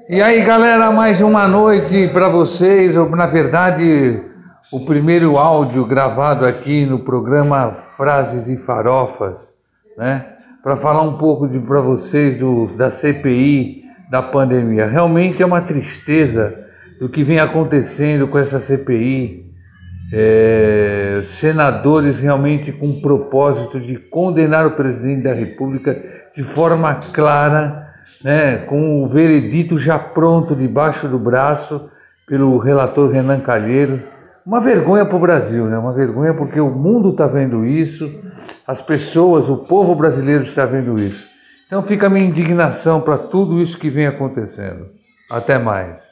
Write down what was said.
E aí, galera, mais uma noite para vocês, ou na verdade, o primeiro áudio gravado aqui no programa Frases e Farofas, né? Para falar um pouco para vocês da CPI da pandemia. Realmente é uma tristeza do que vem acontecendo com essa CPI. Senadores realmente com o propósito de condenar o presidente da República de forma clara, né, com o veredito já pronto debaixo do braço pelo relator Renan Calheiros. Uma vergonha para o Brasil, né? Uma vergonha porque o mundo está vendo isso, as pessoas, o povo brasileiro está vendo isso. Então fica a minha indignação para tudo isso que vem acontecendo. Até mais.